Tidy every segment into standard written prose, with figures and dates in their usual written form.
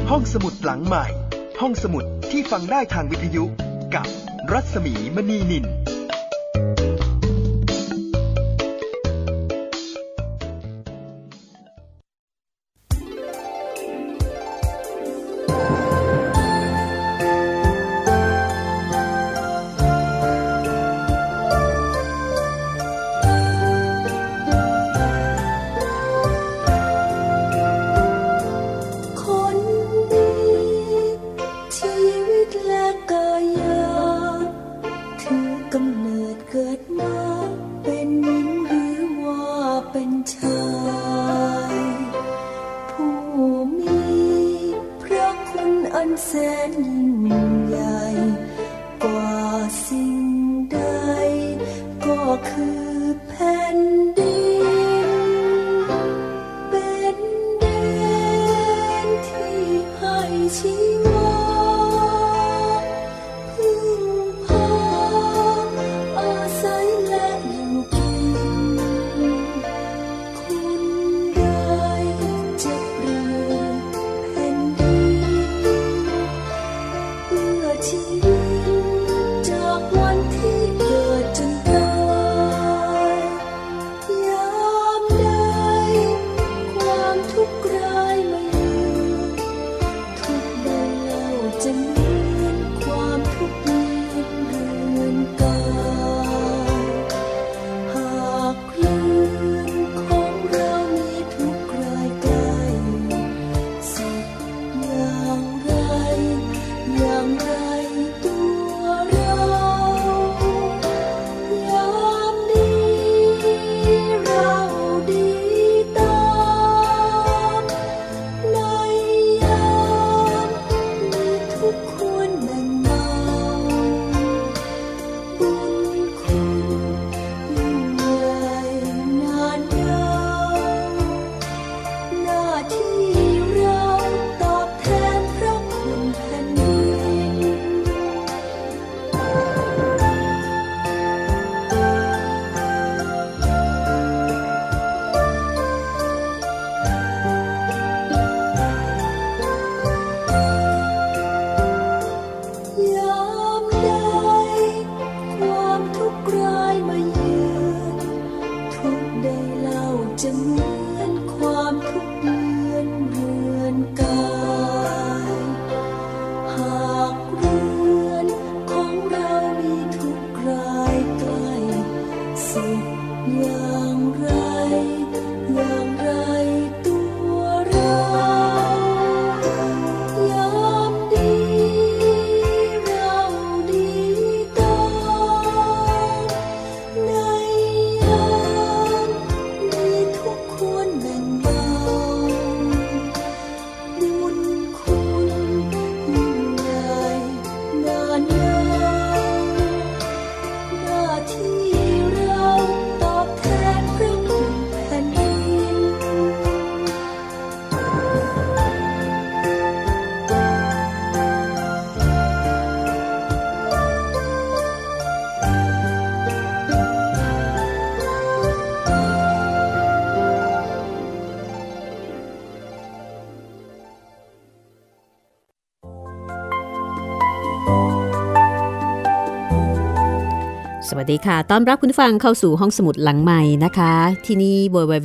ห้องสมุดหลังใหม่ห้องสมุดที่ฟังได้ทางวิทยุกับรัศมีมณีนินสวัสดีค่ะต้อนรับคุณฟังเข้าสู่ห้องสมุดหลังใหม่นะคะที่นี่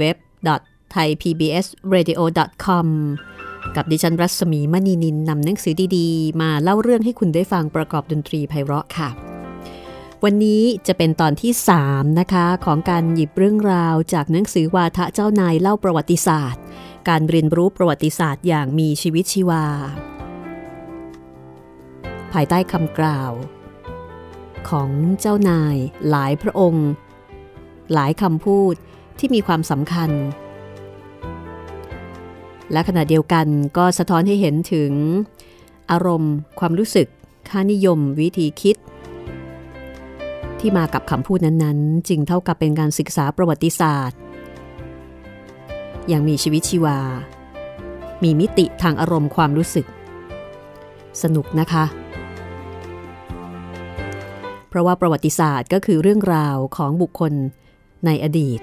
www.thaipbsradio.com กับดิฉันรัศมีมณีนินนำหนังสือดีๆมาเล่าเรื่องให้คุณได้ฟังประกอบดนตรีไพเราะค่ะวันนี้จะเป็นตอนที่3นะคะของการหยิบเรื่องราวจากหนังสือวาทะเจ้านายเล่าประวัติศาสตร์การเรียนรู้ประวัติศาสตร์อย่างมีชีวิตชีวาภายใต้คำกล่าวของเจ้านายหลายพระองค์หลายคำพูดที่มีความสำคัญและขณะเดียวกันก็สะท้อนให้เห็นถึงอารมณ์ความรู้สึกค่านิยมวิธีคิดที่มากับคำพูดนั้นๆจึงเท่ากับเป็นการศึกษาประวัติศาสตร์อย่างมีชีวิตชีวามีมิติทางอารมณ์ความรู้สึกสนุกนะคะเพราะว่าประวัติศาสตร์ก็คือเรื่องราวของบุคคลในอดีต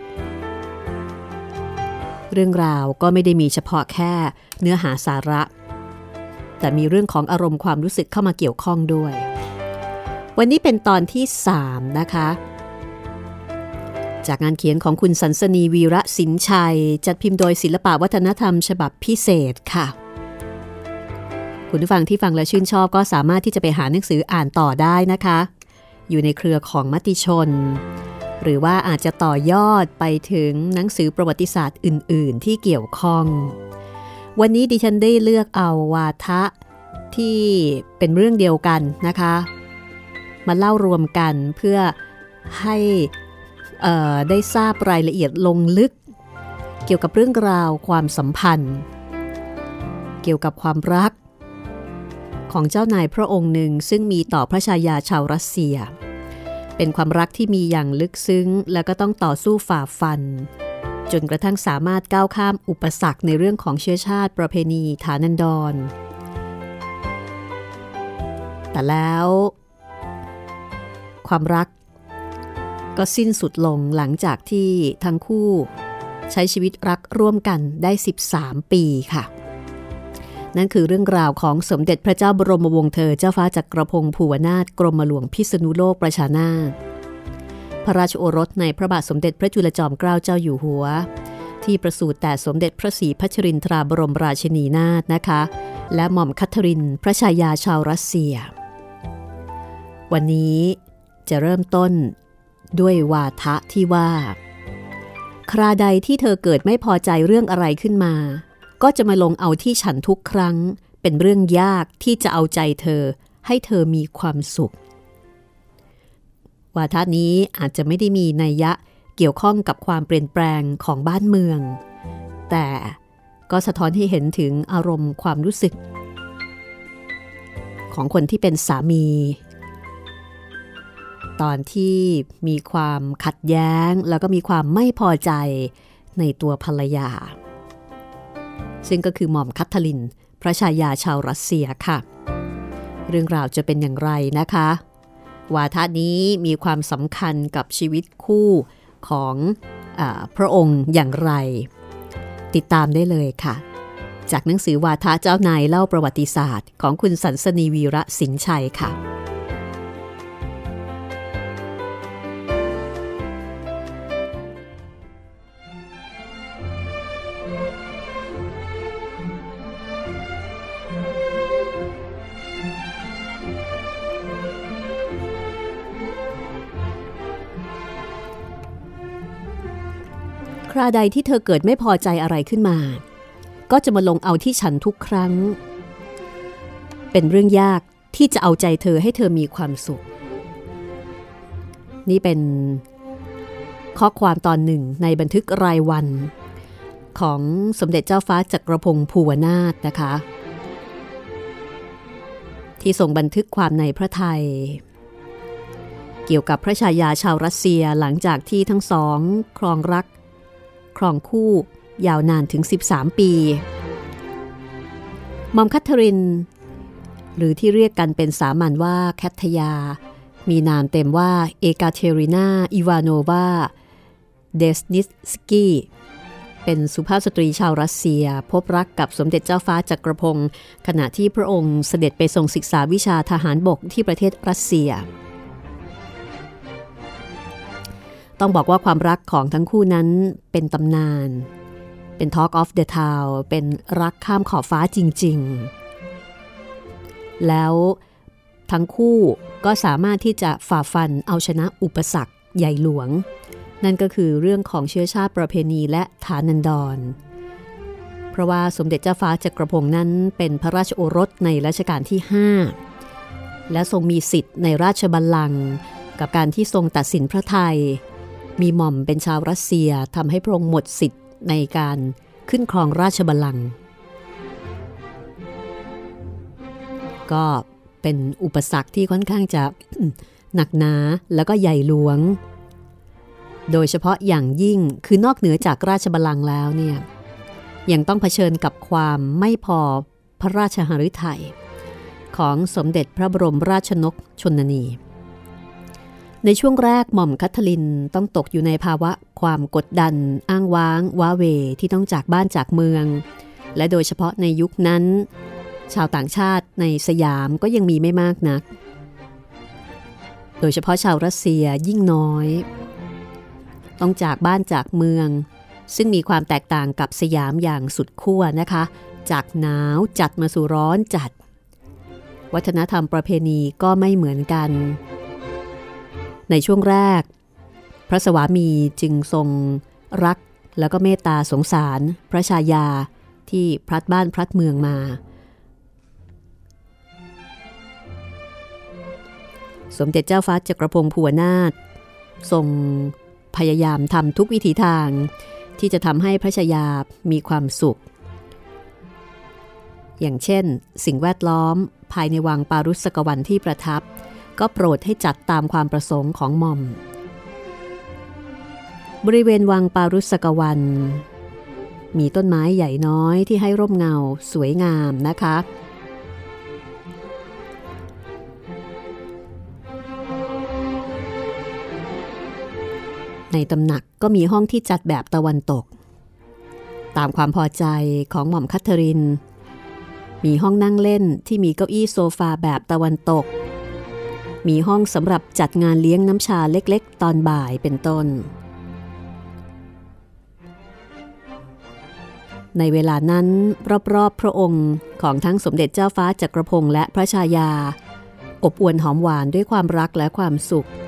เรื่องราวก็ไม่ได้มีเฉพาะแค่เนื้อหาสาระแต่มีเรื่องของอารมณ์ความรู้สึกเข้ามาเกี่ยวข้องด้วยวันนี้เป็นตอนที่3นะคะจากงานเขียนของคุณสันสนีวีระสินชัยจัดพิมพ์โดยศิลปะวัฒนธรรมฉบับพิเศษค่ะคุณผู้ฟังที่ฟังและชื่นชอบก็สามารถที่จะไปหาหนังสืออ่านต่อได้นะคะอยู่ในเครือของมติชนหรือว่าอาจจะต่อยอดไปถึงหนังสือประวัติศาสตร์อื่นๆที่เกี่ยวข้องวันนี้ดิฉันได้เลือกเอาวาทะที่เป็นเรื่องเดียวกันนะคะมาเล่ารวมกันเพื่อให้ได้ทราบรายละเอียดลงลึกเกี่ยวกับเรื่องราวความสัมพันธ์เกี่ยวกับความรักของเจ้านายพระองค์หนึ่งซึ่งมีต่อพระชายาชาวรัสเซียเป็นความรักที่มีอย่างลึกซึ้งและก็ต้องต่อสู้ฝ่าฟันจนกระทั่งสามารถก้าวข้ามอุปสรรคในเรื่องของเชื้อชาติประเพณีฐานันดรแต่แล้วความรักก็สิ้นสุดลงหลังจากที่ทั้งคู่ใช้ชีวิตรักร่วมกันได้13ปีค่ะนั่นคือเรื่องราวของสมเด็จพระเจ้าบรมวงศ์เธอเจ้าฟ้าจักรพงศ์ภูวนาถกรมหลวงพิษณุโลกประชานาถพระราชโอรสในพระบาทสมเด็จพระจุลจอมเกล้าเจ้าอยู่หัวที่ประสูติแต่สมเด็จพระศรีพัชรินทราบรมราชินีนาถนะคะและหม่อมคัทธรินพระชายาชาวรัสเซียวันนี้จะเริ่มต้นด้วยวาทะที่ว่าคราใดที่เธอเกิดไม่พอใจเรื่องอะไรขึ้นมาก็จะมาลงเอาที่ฉันทุกครั้งเป็นเรื่องยากที่จะเอาใจเธอให้เธอมีความสุขวาทะนี้อาจจะไม่ได้มีนัยยะเกี่ยวข้องกับความเปลี่ยนแปลงของบ้านเมืองแต่ก็สะท้อนให้เห็นถึงอารมณ์ความรู้สึกของคนที่เป็นสามีตอนที่มีความขัดแย้งแล้วก็มีความไม่พอใจในตัวภรรยาซึ่งก็คือหม่อมคัทธรินพระชายาชาวรัสเซียค่ะเรื่องราวจะเป็นอย่างไรนะคะวาทะนี้มีความสำคัญกับชีวิตคู่ของพระองค์อย่างไรติดตามได้เลยค่ะจากหนังสือวาทะเจ้านายเล่าประวัติศาสตร์ของคุณสันสนีวีระสินชัยค่ะคราใดที่เธอเกิดไม่พอใจอะไรขึ้นมาก็จะมาลงเอาที่ฉันทุกครั้งเป็นเรื่องยากที่จะเอาใจเธอให้เธอมีความสุขนี่เป็นข้อความตอนหนึ่งในบันทึกรายวันของสมเด็จเจ้าฟ้าจักรพงศ์ภูวนาถนะคะที่ส่งบันทึกความในพระทัยเกี่ยวกับพระชายาชาวรัสเซียหลังจากที่ทั้งสองครองรักครองคู่ยาวนานถึง13ปีหม่อมคัทธรินหรือที่เรียกกันเป็นสามัญว่าแคทยามีนามเต็มว่าเอกาเทรินาอิวานโนวาเดสนิสกี้เป็นสุภาพสตรีชาวรัสเซียพบรักกับสมเด็จเจ้าฟ้าจักรพงศ์ขณะที่พระองค์เสด็จไปทรงศึกษาวิชาทหารบกที่ประเทศรัสเซียต้องบอกว่าความรักของทั้งคู่นั้นเป็นตำนานเป็น Talk of the Town เป็นรักข้ามขอบฟ้าจริงๆแล้วทั้งคู่ก็สามารถที่จะฝ่าฟันเอาชนะอุปสรรคใหญ่หลวงนั่นก็คือเรื่องของเชื้อชาติประเพณีและฐานันดรเพราะว่าสมเด็จเจ้าฟ้าจักรพงศ์นั้นเป็นพระราชโอรสในรัชกาลที่5และทรงมีสิทธิ์ในราชบัลลังก์กับการที่ทรงตัดสินพระทัยมีหม่อมเป็นชาวรัสเซียทำให้พระองค์หมดสิทธิ์ในการขึ้นครองราชบัลลังก์ก็เป็นอุปสรรคที่ค่อนข้างจะ หนักหนาแล้วก็ใหญ่หลวงโดยเฉพาะอย่างยิ่งคือนอกเหนือจากราชบัลลังก์แล้วเนี่ยยังต้องเผชิญกับความไม่พอพระราชหฤทัยของสมเด็จพระบรมราชนกชนนีในช่วงแรกหม่อมคัทธรินต้องตกอยู่ในภาวะความกดดันอ้างว้างว้าเหวที่ต้องจากบ้านจากเมืองและโดยเฉพาะในยุคนั้นชาวต่างชาติในสยามก็ยังมีไม่มากนักโดยเฉพาะชาวรัสเซียยิ่งน้อยต้องจากบ้านจากเมืองซึ่งมีความแตกต่างกับสยามอย่างสุดขั้วนะคะจากหนาวจัดมาสู่ร้อนจัดวัฒนธรรมประเพณีก็ไม่เหมือนกันในช่วงแรกพระสวามีจึงทรงรักแล้วก็เมตตาสงสารพระชายาที่พลัดบ้านพลัดเมืองมาสมเด็จเจ้าฟ้าจักรพงศ์ภูวนาถทรงพยายามทำทุกวิถีทางที่จะทำให้พระชายามีความสุขอย่างเช่นสิ่งแวดล้อมภายในวังปารุสกวันที่ประทับก็โปรดให้จัดตามความประสงค์ของหม่อมบริเวณวังปารุสกวันมีต้นไม้ใหญ่น้อยที่ให้ร่มเงาสวยงามนะคะในตำหนักก็มีห้องที่จัดแบบตะวันตกตามความพอใจของหม่อมคัทเธอรินมีห้องนั่งเล่นที่มีเก้าอี้โซฟาแบบตะวันตกมีห้องสำหรับจัดงานเลี้ยงน้ำชาเล็กๆตอนบ่ายเป็นต้นในเวลานั้นรอบๆพระองค์ของทั้งสมเด็จเจ้าฟ้าจักรพงศ์และพระชายาอบอวลหอมหวานด้วยความรักและความสุข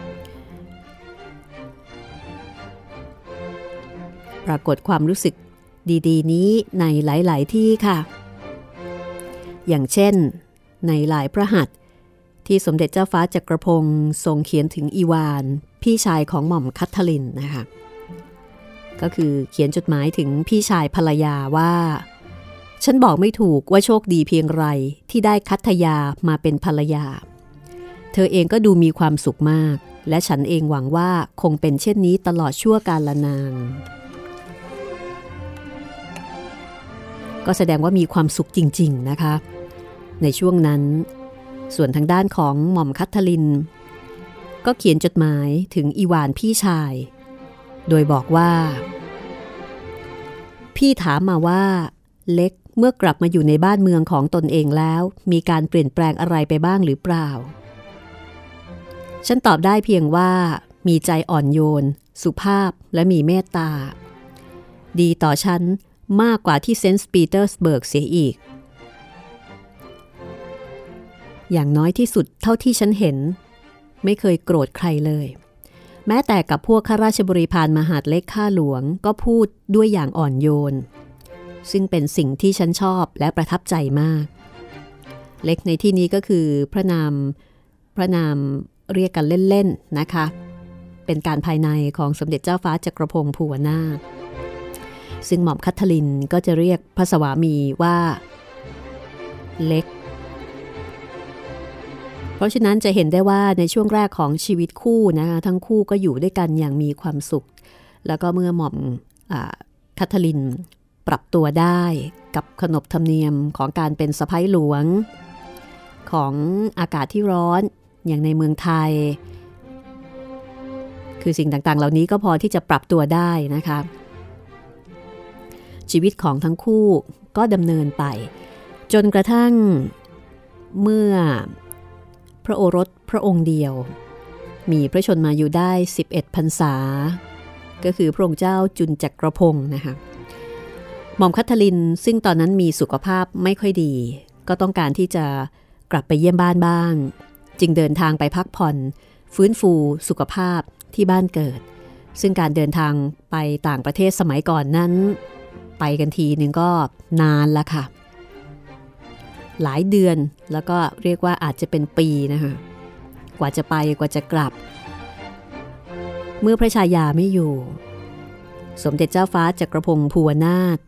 ปรากฏความรู้สึกดีๆนี้ในหลายๆที่ค่ะอย่างเช่นในหลายพระหัตถ์ที่สมเด็จเจ้าฟ้าจักรพงศ์ทรงเขียนถึงอีวานพี่ชายของหม่อมคัทเธอรินนะคะก็คือเขียนจดหมายถึงพี่ชายภรรยาว่าฉันบอกไม่ถูกว่าโชคดีเพียงไรที่ได้คัทธยามาเป็นภรรยาเธอเองก็ดูมีความสุขมากและฉันเองหวังว่าคงเป็นเช่นนี้ตลอดชั่วกาลนานก็แสดงว่ามีความสุขจริงๆนะคะในช่วงนั้นส่วนทางด้านของหม่อมคัทเธอรินก็เขียนจดหมายถึงอีวานพี่ชายโดยบอกว่าพี่ถามมาว่าเล็กเมื่อกลับมาอยู่ในบ้านเมืองของตนเองแล้วมีการเปลี่ยนแปลงอะไรไปบ้างหรือเปล่าฉันตอบได้เพียงว่ามีใจอ่อนโยนสุภาพและมีเมตตาดีต่อฉันมากกว่าที่เซนต์ปีเตอร์สเบิร์กเสียอีกอย่างน้อยที่สุดเท่าที่ฉันเห็นไม่เคยโกรธใครเลยแม้แต่กับพวกข้าราชบริพารมหาดเล็กข้าหลวงก็พูดด้วยอย่างอ่อนโยนซึ่งเป็นสิ่งที่ฉันชอบและประทับใจมากเล็กในที่นี้ก็คือพระนามเรียกกันเล่นๆนะคะเป็นการภายในของสมเด็จเจ้าฟ้าจักรพงศ์ภูวนาถซึ่งหม่อมคัทเธอรินก็จะเรียกพระสวามีว่าเล็กเพราะฉะนั้นจะเห็นได้ว่าในช่วงแรกของชีวิตคู่นะคะทั้งคู่ก็อยู่ด้วยกันอย่างมีความสุขแล้วก็เมื่อหม่อมคัทเธอรินปรับตัวได้กับขนบธรรมเนียมของการเป็นสะใภ้หลวงของอากาศที่ร้อนอย่างในเมืองไทยคือสิ่งต่างๆเหล่านี้ก็พอที่จะปรับตัวได้นะคะชีวิตของทั้งคู่ก็ดำเนินไปจนกระทั่งเมื่อพระโอรสพระองค์เดียวมีพระชนมายุได้11พรรษาก็คือพระองค์เจ้าจุลจักรพงศ์นะคะหม่อมคัทเธอรินซึ่งตอนนั้นมีสุขภาพไม่ค่อยดีก็ต้องการที่จะกลับไปเยี่ยมบ้านบ้างจึงเดินทางไปพักผ่อนฟื้นฟูสุขภาพที่บ้านเกิดซึ่งการเดินทางไปต่างประเทศสมัยก่อนนั้นไปกันทีนึงก็นานละค่ะหลายเดือนแล้วก็เรียกว่าอาจจะเป็นปีนะคะกว่าจะไปกว่าจะกลับเมื่อพระชายาไม่อยู่สมเด็จเจ้าฟ้าจักรพงศ์ภูวนาถ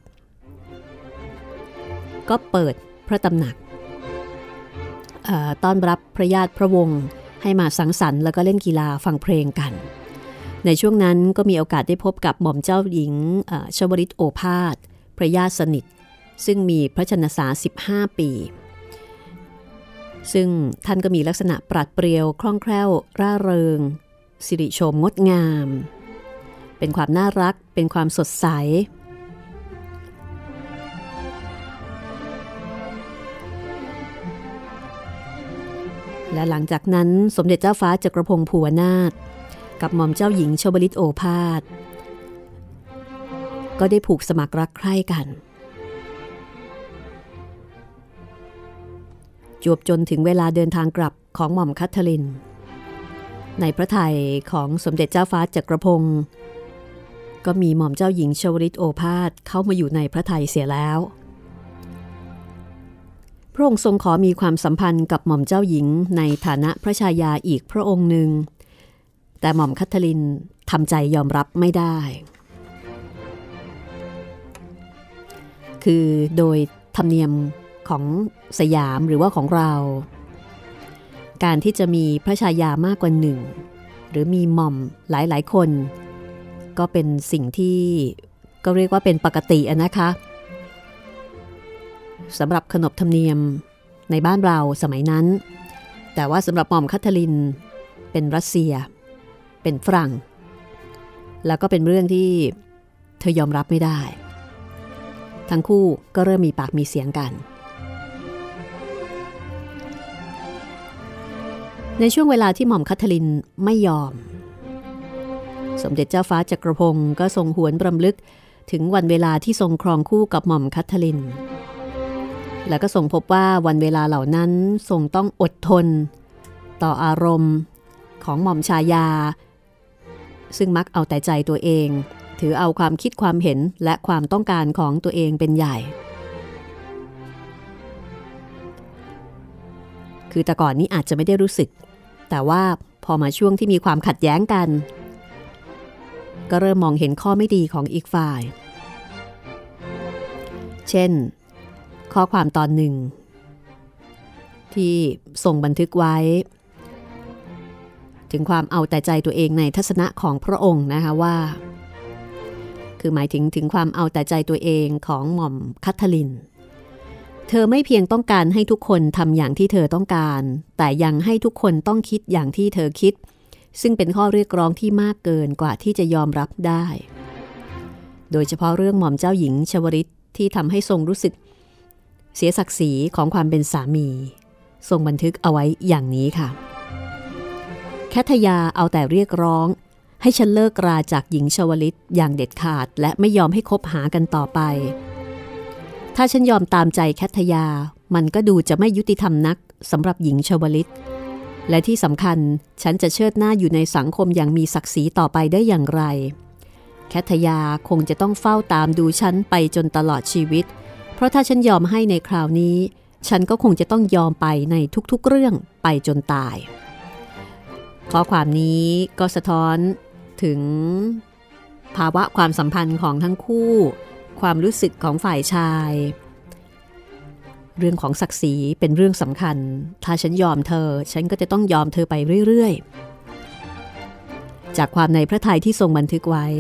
ก็เปิดพระตำหนักต้อนรับพระญาติพระวงศ์ให้มาสังสรรค์แล้วก็เล่นกีฬาฟังเพลงกันในช่วงนั้นก็มีโอกาสได้พบกับหม่อมเจ้าหญิงชวริตโอภาสพระญาติสนิทซึ่งมีพระชนสา15 ปีซึ่งท่านก็มีลักษณะปราดเปรียวคล่องแคล่วร่าเริงสิริโฉมงดงามเป็นความน่ารักเป็นความสดใสและหลังจากนั้นสมเด็จเจ้าฟ้าจักรพงศ์ภูวนาถกับหม่อมเจ้าหญิงชวลิตโอภาสก็ได้ผูกสมัครรักใคร่กันจวบจนถึงเวลาเดินทางกลับของหม่อมคัทเธอรีนในพระทัยของสมเด็จเจ้าฟ้าจักรพงศ์ก็มีหม่อมเจ้าหญิงชวลิตโอภาสเข้ามาอยู่ในพระทัยเสียแล้วพระองค์ทรงขอมีความสัมพันธ์กับหม่อมเจ้าหญิงในฐานะพระชายาอีกพระองค์หนึ่งแต่หม่อมคัทเธอรีนทำใจยอมรับไม่ได้คือโดยธรรมเนียมของสยามหรือว่าของเราการที่จะมีพระชายามากกว่าหนึ่งหรือมีหม่อมหลายๆคนก็เป็นสิ่งที่ก็เรียกว่าเป็นปกตินะคะสำหรับขนบธรรมเนียมในบ้านเราสมัยนั้นแต่ว่าสำหรับหม่อมคัทเธอรีนเป็นรัสเซียเป็นฝรั่งแล้วก็เป็นเรื่องที่เธอยอมรับไม่ได้ทั้งคู่ก็เริ่มมีปากมีเสียงกันในช่วงเวลาที่หม่อมคัทเธอรีนไม่ยอมสมเด็จเจ้าฟ้าจักรพงศ์ก็ทรงหวนรำลึกถึงวันเวลาที่ทรงครองคู่กับหม่อมคัทเธอรีนแล้วก็ทรงพบว่าวันเวลาเหล่านั้นทรงต้องอดทนต่ออารมณ์ของหม่อมชายาซึ่งมักเอาแต่ใจตัวเองถือเอาความคิดความเห็นและความต้องการของตัวเองเป็นใหญ่คือแต่ก่อนนี้อาจจะไม่ได้รู้สึกแต่ว่าพอมาช่วงที่มีความขัดแย้งกันก็เริ่มมองเห็นข้อไม่ดีของอีกฝ่ายเช่นข้อความตอนหนึ่งที่ส่งบันทึกไว้ถึงความเอาแต่ใจตัวเองในทัศนะของพระองค์นะคะว่าคือหมายถึงความเอาแต่ใจตัวเองของหม่อมคัทเธอรีนเธอไม่เพียงต้องการให้ทุกคนทำอย่างที่เธอต้องการแต่ยังให้ทุกคนต้องคิดอย่างที่เธอคิดซึ่งเป็นข้อเรียกร้องที่มากเกินกว่าที่จะยอมรับได้โดยเฉพาะเรื่องหม่อมเจ้าหญิงชวลิตที่ทำให้ทรงรู้สึกเสียศักดิ์ศรีของความเป็นสามีทรงบันทึกเอาไว้อย่างนี้ค่ะแคทยาเอาแต่เรียกร้องให้ฉันเลิกราจากหญิงชวลิตอย่างเด็ดขาดและไม่ยอมให้คบหากันต่อไปถ้าฉันยอมตามใจแคทยามันก็ดูจะไม่ยุติธรรมนักสำหรับหญิงชวลิตและที่สำคัญฉันจะเชิดหน้าอยู่ในสังคมอย่างมีศักดิ์ศรีต่อไปได้อย่างไรแคทยาคงจะต้องเฝ้าตามดูฉันไปจนตลอดชีวิตเพราะถ้าฉันยอมให้ในคราวนี้ฉันก็คงจะต้องยอมไปในทุกๆเรื่องไปจนตายข้อความนี้ก็สะท้อนถึงภาวะความสัมพันธ์ของทั้งคู่ความรู้สึกของฝ่ายชายเรื่องของศักดิ์ศรีเป็นเรื่องสำคัญถ้าฉันยอมเธอฉันก็จะต้องยอมเธอไปเรื่อยๆจากความในพระทัยที่ทรงบันทึกไว้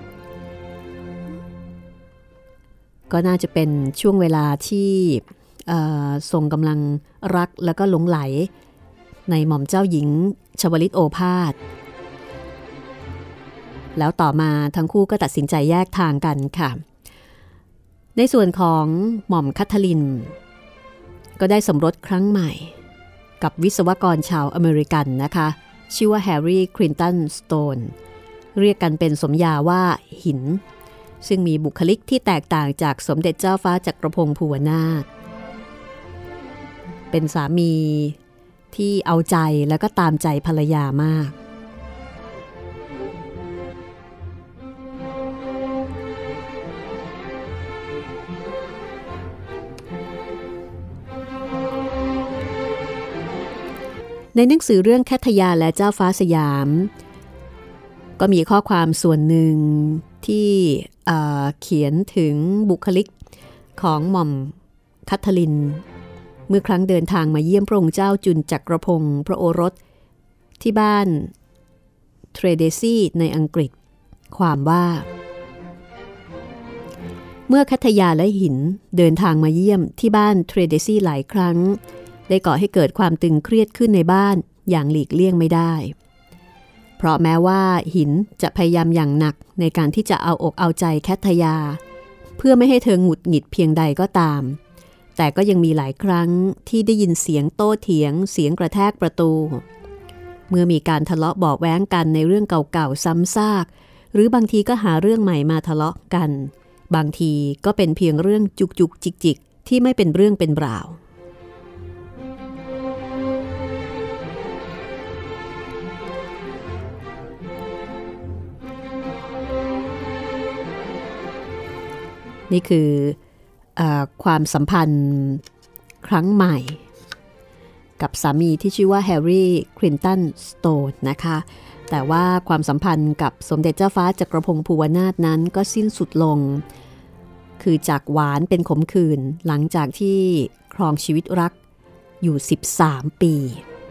ก็น่าจะเป็นช่วงเวลาที่ทรงกำลังรักแล้วก็หลงไหลในหม่อมเจ้าหญิงชวลิตโอภาสแล้วต่อมาทั้งคู่ก็ตัดสินใจแยกทางกันค่ะในส่วนของหม่อมคัทเธอรีนก็ได้สมรสครั้งใหม่กับวิศวกรชาวอเมริกันนะคะชื่อว่าแฮร์รี่คลินตันสโตนเรียกกันเป็นสมญาว่าหินซึ่งมีบุคลิกที่แตกต่างจากสมเด็จเจ้าฟ้าจักรพงศ์ภูวนาถเป็นสามีที่เอาใจแล้วก็ตามใจภรรยามากในหนังสือเรื่องแคทยาและเจ้าฟ้าสยามก็มีข้อความส่วนหนึ่งที่เขียนถึงบุคลิกของหม่อมคัทเธอรีนเมื่อครั้งเดินทางมาเยี่ยมพระองค์เจ้าจุนจักรพงศ์พระโอรสที่บ้านเทรเดซีในอังกฤษความว่าเมื่อแคทยาและหินเดินทางมาเยี่ยมที่บ้านเทรเดซีหลายครั้งได้ก่อให้เกิดความตึงเครียดขึ้นในบ้านอย่างหลีกเลี่ยงไม่ได้เพราะแม้ว่าหินจะพยายามอย่างหนักในการที่จะเอาอกเอาใจแคทยาเพื่อไม่ให้เธอหงุดหงิดเพียงใดก็ตามแต่ก็ยังมีหลายครั้งที่ได้ยินเสียงโต้เถียงเสียงกระแทกประตูเมื่อมีการทะเลาะเบาะแว้งกันในเรื่องเก่าๆซ้ำซากหรือบางทีก็หาเรื่องใหม่มาทะเลาะกันบางทีก็เป็นเพียงเรื่องจุกจุกจิกจิกที่ไม่เป็นเรื่องเป็นราวนี่คือความสัมพันธ์ครั้งใหม่กับสามีที่ชื่อว่าแฮร์รี่คลินตันสโตนนะคะแต่ว่าความสัมพันธ์กับสมเด็จเจ้าฟ้าจักรพงศ์ภูวนาถนั้นก็สิ้นสุดลงคือจากหวานเป็นขมขื่นหลังจากที่ครองชีวิตรักอยู่13 ปี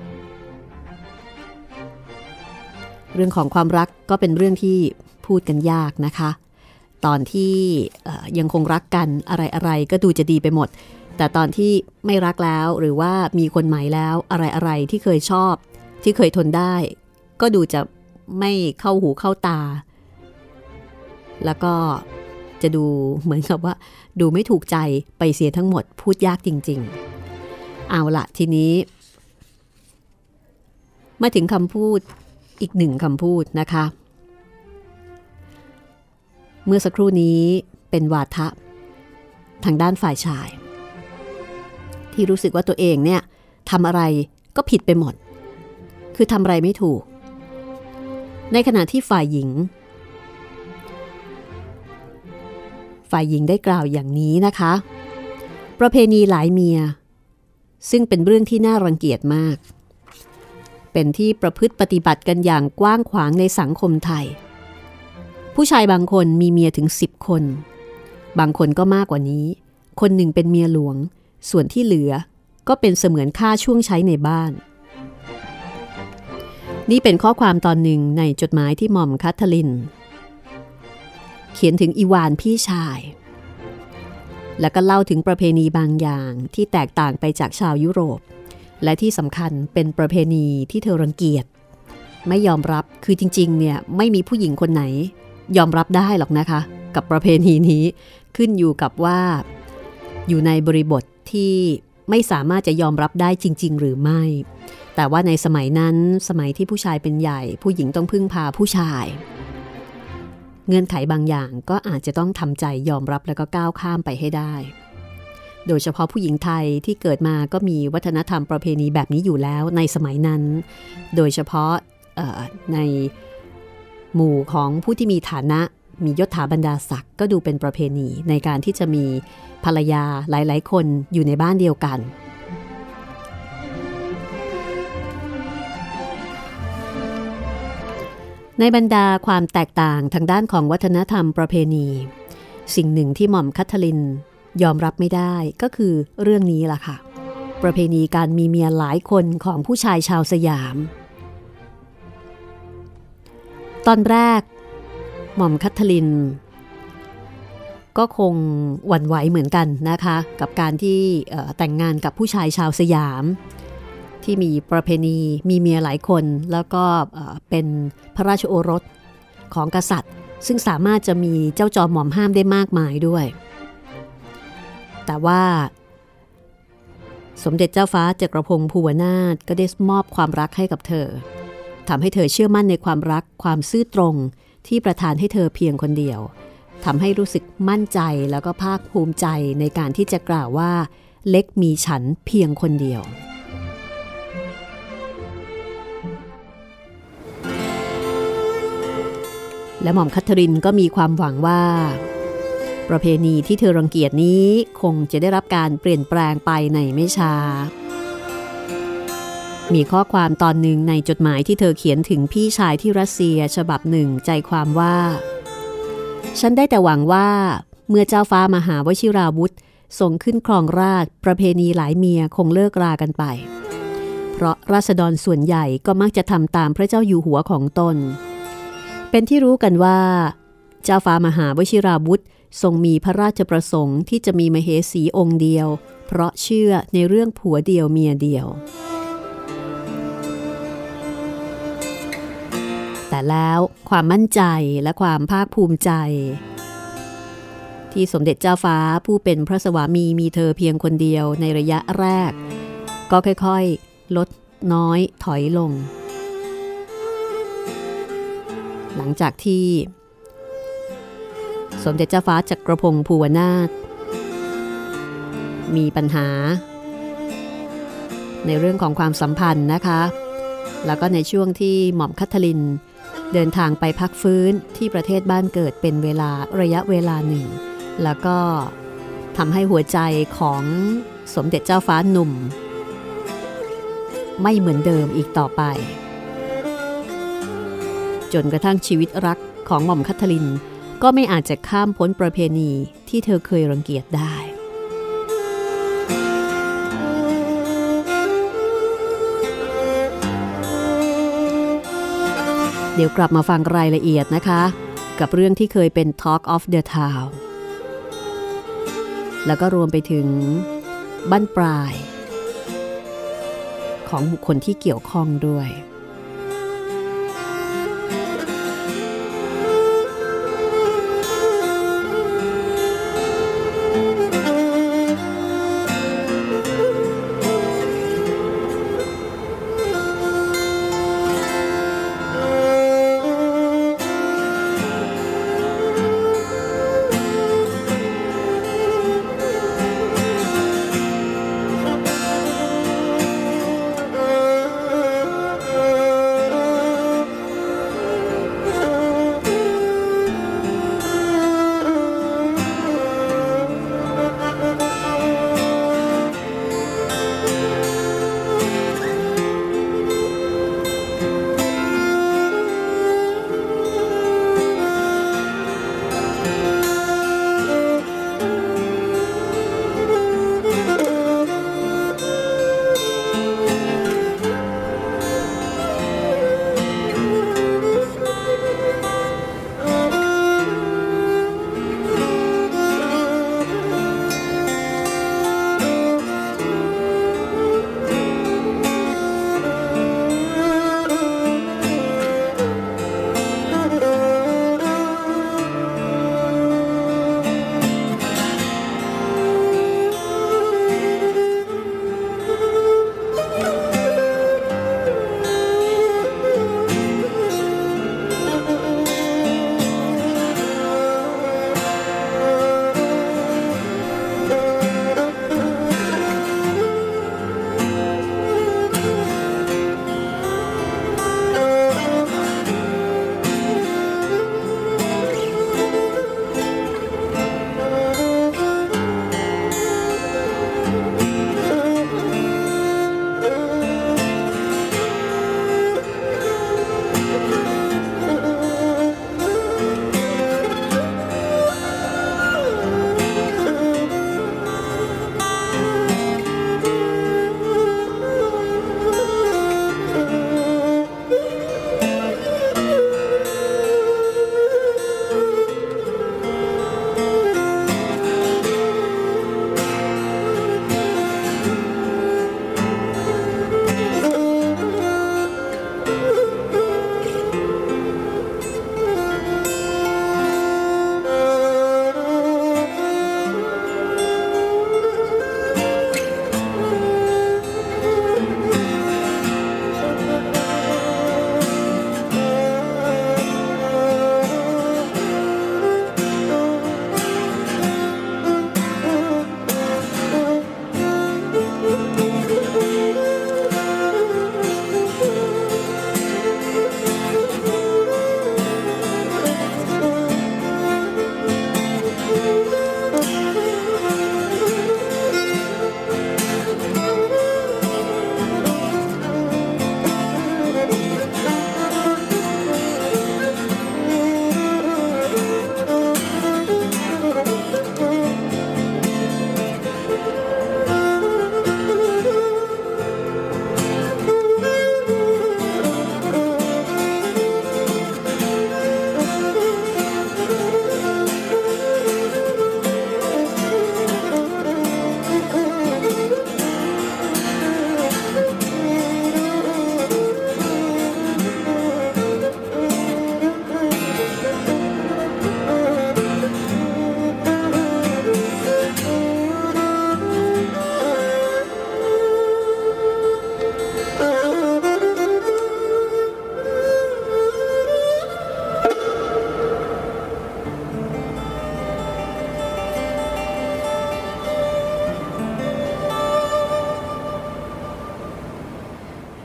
เรื่องของความรักก็เป็นเรื่องที่พูดกันยากนะคะตอนที่ยังคงรักกันอะไรๆก็ดูจะดีไปหมดแต่ตอนที่ไม่รักแล้วหรือว่ามีคนใหม่แล้วอะไรๆที่เคยชอบที่เคยทนได้ก็ดูจะไม่เข้าหูเข้าตาแล้วก็จะดูเหมือนกับว่าดูไม่ถูกใจไปเสียทั้งหมดพูดยากจริงๆเอาละทีนี้มาถึงคำพูดอีกหนึ่งคำพูดนะคะเมื่อสักครู่นี้เป็นวาทะทางด้านฝ่ายชายที่รู้สึกว่าตัวเองเนี่ยทำอะไรก็ผิดไปหมดคือทำอะไรไม่ถูกในขณะที่ฝ่ายหญิงได้กล่าวอย่างนี้นะคะประเพณีหลายเมียซึ่งเป็นเรื่องที่น่ารังเกียจมากเป็นที่ประพฤติปฏิบัติกันอย่างกว้างขวางในสังคมไทยผู้ชายบางคนมีเมียถึง10 คนบางคนก็มากกว่านี้คนหนึ่งเป็นเมียหลวงส่วนที่เหลือก็เป็นเสมือนค่าช่วงใช้ในบ้านนี่เป็นข้อความตอนหนึ่งในจดหมายที่หม่อมคัทเธอรีนเขียนถึงอีวานพี่ชายแล้วก็เล่าถึงประเพณีบางอย่างที่แตกต่างไปจากชาวยุโรปและที่สำคัญเป็นประเพณีที่เธอรังเกียจไม่ยอมรับคือจริงๆเนี่ยไม่มีผู้หญิงคนไหนยอมรับได้หรอกนะคะกับประเพณีนี้ขึ้นอยู่กับว่าอยู่ในบริบทที่ไม่สามารถจะยอมรับได้จริงๆหรือไม่แต่ว่าในสมัยนั้นสมัยที่ผู้ชายเป็นใหญ่ผู้หญิงต้องพึ่งพาผู้ชายเงื่อนไขบางอย่างก็อาจจะต้องทำใจยอมรับแล้วก็ก้าวข้ามไปให้ได้โดยเฉพาะผู้หญิงไทยที่เกิดมาก็มีวัฒนธรรมประเพณีแบบนี้อยู่แล้วในสมัยนั้นโดยเฉพาะในหมู่ของผู้ที่มีฐานะมียศถาบรรดาศักดิ์ก็ดูเป็นประเพณีในการที่จะมีภรรยาหลายๆคนอยู่ในบ้านเดียวกันในบรรดาความแตกต่างทางด้านของวัฒนธรรมประเพณีสิ่งหนึ่งที่หม่อมคัทเธอรีนยอมรับไม่ได้ก็คือเรื่องนี้ล่ะค่ะประเพณีการมีเมียหลายคนของผู้ชายชาวสยามตอนแรกหม่อมคัทเธอรีนก็คงหวั่นไหวเหมือนกันนะคะกับการที่แต่งงานกับผู้ชายชาวสยามที่มีประเพณีมีเมียหลายคนแล้วก็เป็นพระราชโอรสของกษัตริย์ซึ่งสามารถจะมีเจ้าจอมหม่อมห้ามได้มากมายด้วยแต่ว่าสมเด็จเจ้าฟ้าจักรพงศ์ภูวนาถก็ได้มอบความรักให้กับเธอทำให้เธอเชื่อมั่นในความรักความซื่อตรงที่ประทานให้เธอเพียงคนเดียวทำให้รู้สึกมั่นใจแล้วก็ภาคภูมิใจในการที่จะกล่าวว่าเล็กมีฉันเพียงคนเดียวและหม่อมคัทเธอรีนก็มีความหวังว่าประเพณีที่เธอรังเกียจนี้คงจะได้รับการเปลี่ยนแปลงไปในไม่ช้ามีข้อความตอนหนึ่งในจดหมายที่เธอเขียนถึงพี่ชายที่รัสเซียฉบับหนึ่งใจความว่าฉันได้แต่หวังว่าเมื่อเจ้าฟ้ามหาวชิราวุธทรงขึ้นครองราชย์ประเพณีหลายเมียคงเลิกรากันไปเพราะราษฎรส่วนใหญ่ก็มักจะทำตามพระเจ้าอยู่หัวของตนเป็นที่รู้กันว่าเจ้าฟ้ามหาวชิราวุธทรงมีพระราชประสงค์ที่จะมีมเหสีองค์เดียวเพราะเชื่อในเรื่องผัวเดียวเมียเดียวแต่แล้วความมั่นใจและความภาคภูมิใจที่สมเด็จเจ้าฟ้าผู้เป็นพระสวามีมีเธอเพียงคนเดียวในระยะแรกก็ค่อยๆลดน้อยถอยลงหลังจากที่สมเด็จเจ้าฟ้าจักรพงศ์ภูวนาถมีปัญหาในเรื่องของความสัมพันธ์นะคะแล้วก็ในช่วงที่หม่อมคัทธลินเดินทางไปพักฟื้นที่ประเทศบ้านเกิดเป็นระยะเวลาหนึ่งแล้วก็ทำให้หัวใจของสมเด็จเจ้าฟ้าหนุ่มไม่เหมือนเดิมอีกต่อไปจนกระทั่งชีวิตรักของหม่อมคัทธลินก็ไม่อาจจะข้ามพ้นประเพณีที่เธอเคยรังเกียจได้เดี๋ยวกลับมาฟังรายละเอียดนะคะกับเรื่องที่เคยเป็น Talk of the Town แล้วก็รวมไปถึงบั้นปลายของบุคคลที่เกี่ยวข้องด้วย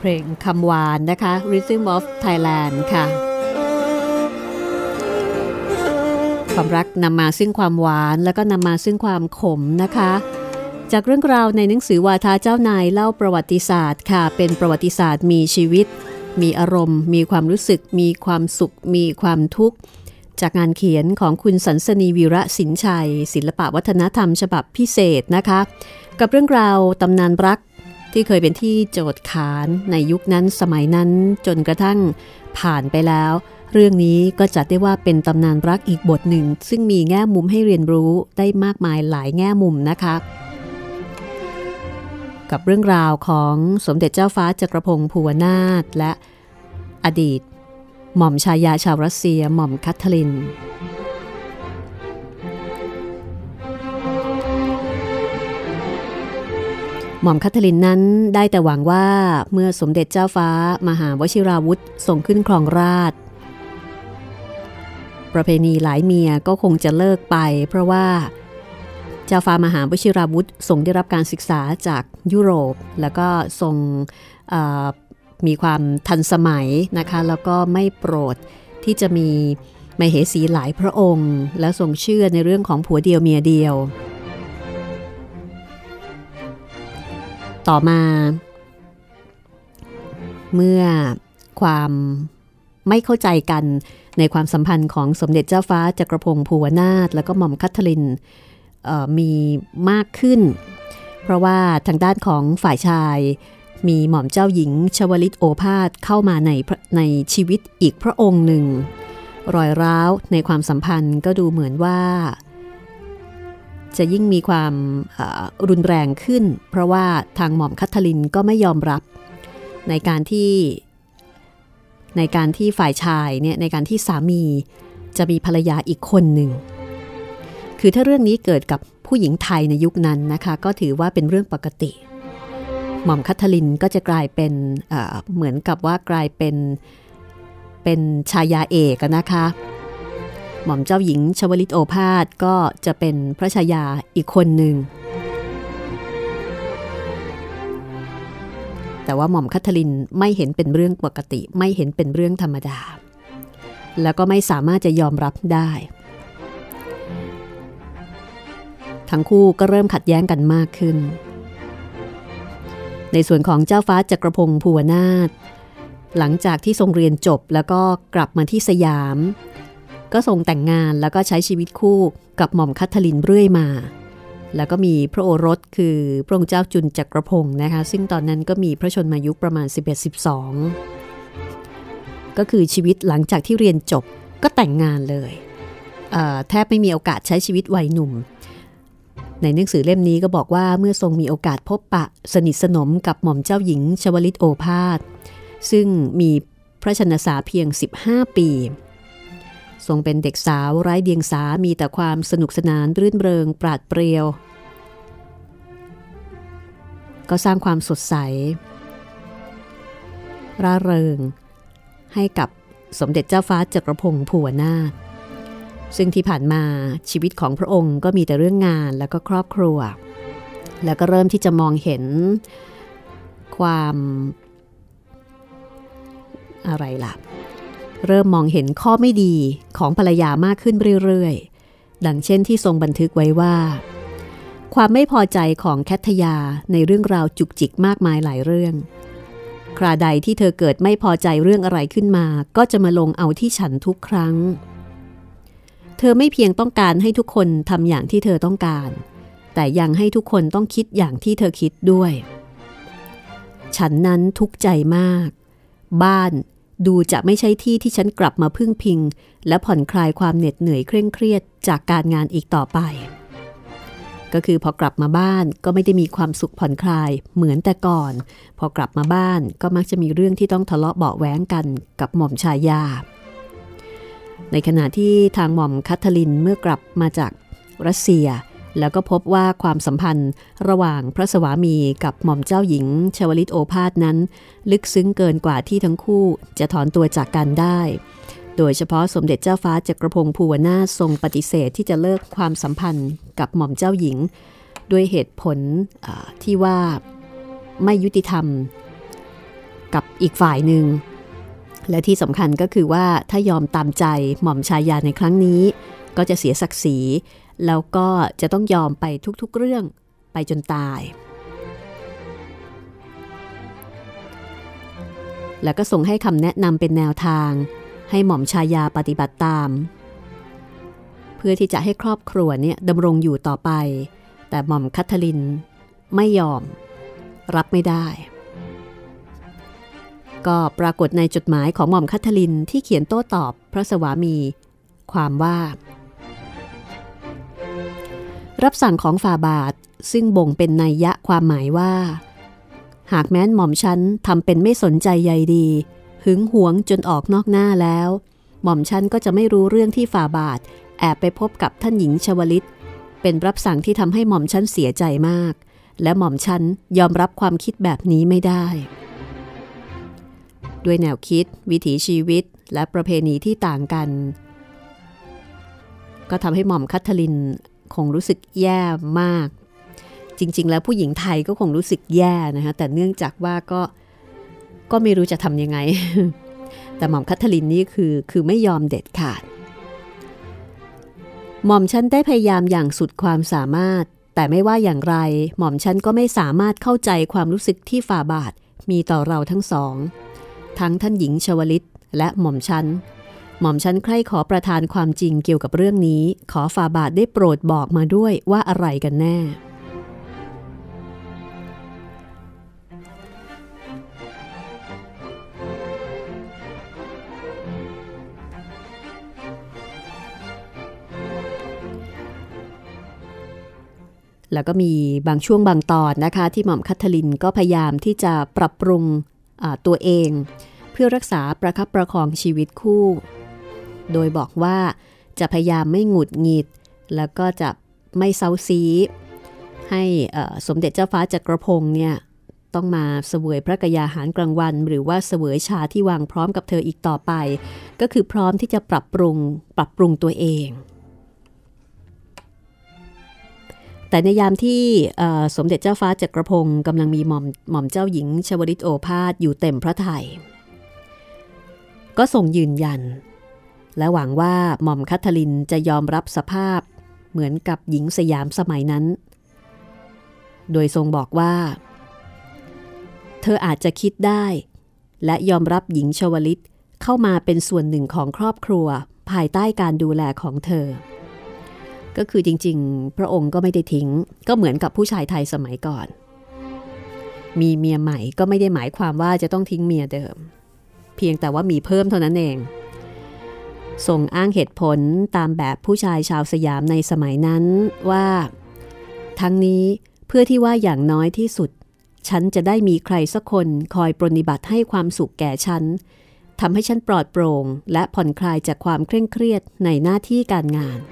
เพลงคำหวานนะคะ Rhythm of Thailand ค่ะความรักนำมาซึ่งความหวานแล้วก็นำมาซึ่งความขมนะคะจากเรื่องราวในหนังสือวาทาเจ้านายเล่าประวัติศาสตร์ค่ะเป็นประวัติศาสตร์มีชีวิตมีอารมณ์มีความรู้สึกมีความสุขมีความทุกข์จากงานเขียนของคุณสันสนีวีระสินชัยศิลปวัฒนธรรมฉบับพิเศษนะคะกับเรื่องราวตำนานรักที่เคยเป็นที่โจทย์ขานในยุคนั้นสมัยนั้นจนกระทั่งผ่านไปแล้วเรื่องนี้ก็จัดได้ว่าเป็นตำนานรักอีกบทหนึ่งซึ่งมีแง่มุมให้เรียนรู้ได้มากมายหลายแง่มุมนะคะกับเรื่องราวของสมเด็จเจ้าฟ้าจักรพงศ์ภูวนาถและอดีตหม่อมชายาชาวรัสเซียหม่อมคัทเธอรีนหม่อมคัทเธอรีนนั้นได้แต่หวังว่าเมื่อสมเด็จเจ้าฟ้ามหาวชิราวุธทรงขึ้นครองราชย์ประเพณีหลายเมียก็คงจะเลิกไปเพราะว่าเจ้าฟ้ามหาวชิราวุธทรงได้รับการศึกษาจากยุโรปแล้วก็ทรงมีความทันสมัยนะคะแล้วก็ไม่โปรดที่จะมีมเหสีหลายพระองค์และทรงเชื่อในเรื่องของผัวเดียวเมียเดียวต่อมาเมื่อความไม่เข้าใจกันในความสัมพันธ์ของสมเด็จเจ้าฟ้าจักรพงศ์ภูวนาถและก็หม่อมคัทเธอรีนมีมากขึ้นเพราะว่าทางด้านของฝ่ายชายมีหม่อมเจ้าหญิงชวลิตโอภาสเข้ามาในชีวิตอีกพระองค์หนึ่งรอยร้าวในความสัมพันธ์ก็ดูเหมือนว่าจะยิ่งมีความรุนแรงขึ้นเพราะว่าทางหม่อมคัทเธอรีนก็ไม่ยอมรับในการที่ฝ่ายชายเนี่ยในการที่สามีจะมีภรรยาอีกคนหนึ่งคือถ้าเรื่องนี้เกิดกับผู้หญิงไทยในยุคนั้นนะคะก็ถือว่าเป็นเรื่องปกติหม่อมคัทเธอรีนก็จะกลายเป็นเหมือนกับว่ากลายเป็นชายาเอกนะคะหม่อมเจ้าหญิงชวลิตโอภาสก็จะเป็นพระชายาอีกคนหนึ่งแต่ว่าหม่อมคัทเธอรีนไม่เห็นเป็นเรื่องปกติไม่เห็นเป็นเรื่องธรรมดาแล้วก็ไม่สามารถจะยอมรับได้ทั้งคู่ก็เริ่มขัดแย้งกันมากขึ้นในส่วนของเจ้าฟ้าจักรพงศ์ภูวนาถหลังจากที่ทรงเรียนจบแล้วก็กลับมาที่สยามก็ทรงแต่งงานแล้วก็ใช้ชีวิตคู่กับหม่อมคัทเธอรีนเรื่อยมาแล้วก็มีพระโอรสคือพระองค์เจ้าจุลจักรพงศ์นะคะซึ่งตอนนั้นก็มีพระชนมายุประมาณ 11-12 ก็คือชีวิตหลังจากที่เรียนจบก็แต่งงานเลยแทบไม่มีโอกาสใช้ชีวิตวัยหนุ่มในหนังสือเล่มนี้ก็บอกว่าเมื่อทรงมีโอกาสพบปะสนิทสนมกับหม่อมเจ้าหญิงชวลิตโอภาสซึ่งมีพระชนสาเพียง15 ปีทรงเป็นเด็กสาวไร้เดียงสามีแต่ความสนุกสนานรื่นเริงปราดเปรียวก็สร้างความสดใสร่าเริงให้กับสมเด็จเจ้าฟ้าจักรพงศ์ภูวนาถซึ่งที่ผ่านมาชีวิตของพระองค์ก็มีแต่เรื่องงานแล้วก็ครอบครัวแล้วก็เริ่มที่จะมองเห็นความอะไรล่ะเริ่มมองเห็นข้อไม่ดีของภรรยามากขึ้นเรื่อยๆดังเช่นที่ทรงบันทึกไว้ว่าความไม่พอใจของแคทยาในเรื่องราวจุกจิกมากมายหลายเรื่องคราใดที่เธอเกิดไม่พอใจเรื่องอะไรขึ้นมาก็จะมาลงเอาที่ฉันทุกครั้งเธอไม่เพียงต้องการให้ทุกคนทำอย่างที่เธอต้องการแต่ยังให้ทุกคนต้องคิดอย่างที่เธอคิดด้วยฉันนั้นทุกข์ใจมากบ้านดูจะไม่ใช่ที่ที่ฉันกลับมาพึ่งพิงและผ่อนคลายความเหน็ดเหนื่อยเคร่งเครียดจากการงานอีกต่อไปก็คือพอกลับมาบ้านก็ไม่ได้มีความสุขผ่อนคลายเหมือนแต่ก่อนพอกลับมาบ้านก็มักจะมีเรื่องที่ต้องทะเลาะเบาะแว้งกันกับหม่อมชายาในขณะที่ทางหม่อมคัทเธอรีนเมื่อกลับมาจากรัสเซียแล้วก็พบว่าความสัมพันธ์ระหว่างพระสวามีกับหม่อมเจ้าหญิงชวลิตโอภาสนั้นลึกซึ้งเกินกว่าที่ทั้งคู่จะถอนตัวจากกันได้โดยเฉพาะสมเด็จเจ้าฟ้าจักรพงศ์ภูวนาถทรงปฏิเสธที่จะเลิกความสัมพันธ์กับหม่อมเจ้าหญิงด้วยเหตุผลที่ว่าไม่ยุติธรรมกับอีกฝ่ายหนึ่งและที่สำคัญก็คือว่าถ้ายอมตามใจหม่อมชายาในครั้งนี้ก็จะเสียศักดิ์ศรีแล้วก็จะต้องยอมไปทุกๆเรื่องไปจนตายแล้วก็ส่งให้คำแนะนำเป็นแนวทางให้หม่อมชายาปฏิบัติตามเพื่อที่จะให้ครอบครัวเนี่ยดำรงอยู่ต่อไปแต่หม่อมคัทธลินไม่ยอมรับไม่ได้ก็ปรากฏในจดหมายของหม่อมคัทธลินที่เขียนโต้ตอบพระสวามีความว่ารับสั่งของฝ่าบาทซึ่งบ่งเป็นนัยยะความหมายว่าหากแม้นหม่อมฉันทำเป็นไม่สนใจใยดีหึงหวงจนออกนอกหน้าแล้วหม่อมฉันก็จะไม่รู้เรื่องที่ฝ่าบาทแอบไปพบกับท่านหญิงชวลิตเป็นรับสั่งที่ทำให้หม่อมฉันเสียใจมากและหม่อมฉันยอมรับความคิดแบบนี้ไม่ได้ด้วยแนวคิดวิถีชีวิตและประเพณีที่ต่างกันก็ทำให้หม่อมคัทธลินคงรู้สึกแย่มากจริงๆแล้วผู้หญิงไทยก็คงรู้สึกแย่นะคะแต่เนื่องจากว่าก็ไม่รู้จะทำยังไง แต่หม่อมคัทธลินนี่คือไม่ยอมเด็ดขาดหม่อมฉันได้พยายามอย่างสุดความสามารถแต่ไม่ว่าอย่างไรหม่อมฉันก็ไม่สามารถเข้าใจความรู้สึกที่ฝ่าบาทมีต่อเราทั้งสองทั้งท่านหญิงชวลิตและหม่อมฉันใคร่ขอประทานความจริงเกี่ยวกับเรื่องนี้ขอฝ่าบาทได้โปรดบอกมาด้วยว่าอะไรกันแน่แล้วก็มีบางช่วงบางตอนนะคะที่หม่อมคัทธลินก็พยายามที่จะปรับปรุงตัวเองเพื่อรักษาประคับประคองชีวิตคู่โดยบอกว่าจะพยายามไม่หงุดหงิดแล้วก็จะไม่เซาซีให้สมเด็จเจ้าฟ้าจักรพงษ์เนี่ยต้องมาเสวยพระกยาหารกลางวันหรือว่าเสวยชาที่วางพร้อมกับเธออีกต่อไปก็คือพร้อมที่จะปรับปรุงตัวเองแต่ในยามที่สมเด็จเจ้าฟ้าจักรพงศ์กำลังมีหม่อมเจ้าหญิงชวลิตโอภาสอยู่เต็มพระทัยก็ทรงยืนยันและหวังว่าหม่อมคัทธลินจะยอมรับสภาพเหมือนกับหญิงสยามสมัยนั้นโดยทรงบอกว่าเธออาจจะคิดได้และยอมรับหญิงชวลิตเข้ามาเป็นส่วนหนึ่งของครอบครัวภายใต้การดูแลของเธอก็คือจริงๆพระองค์ก็ไม่ได้ทิ้งก็เหมือนกับผู้ชายไทยสมัยก่อนมีเมียใหม่ก็ไม่ได้หมายความว่าจะต้องทิ้งเมียเดิมเพียงแต่ว่ามีเพิ่มเท่านั้นเองทรงอ้างเหตุผลตามแบบผู้ชายชาวสยามในสมัยนั้นว่าทั้งนี้เพื่อที่ว่าอย่างน้อยที่สุดฉันจะได้มีใครสักคนคอยปรนนิบัติให้ความสุขแก่ฉันทำให้ฉันปลอดโปร่งและผ่อนคลายจากความเคร่งเครียดในหน้าที่การงาน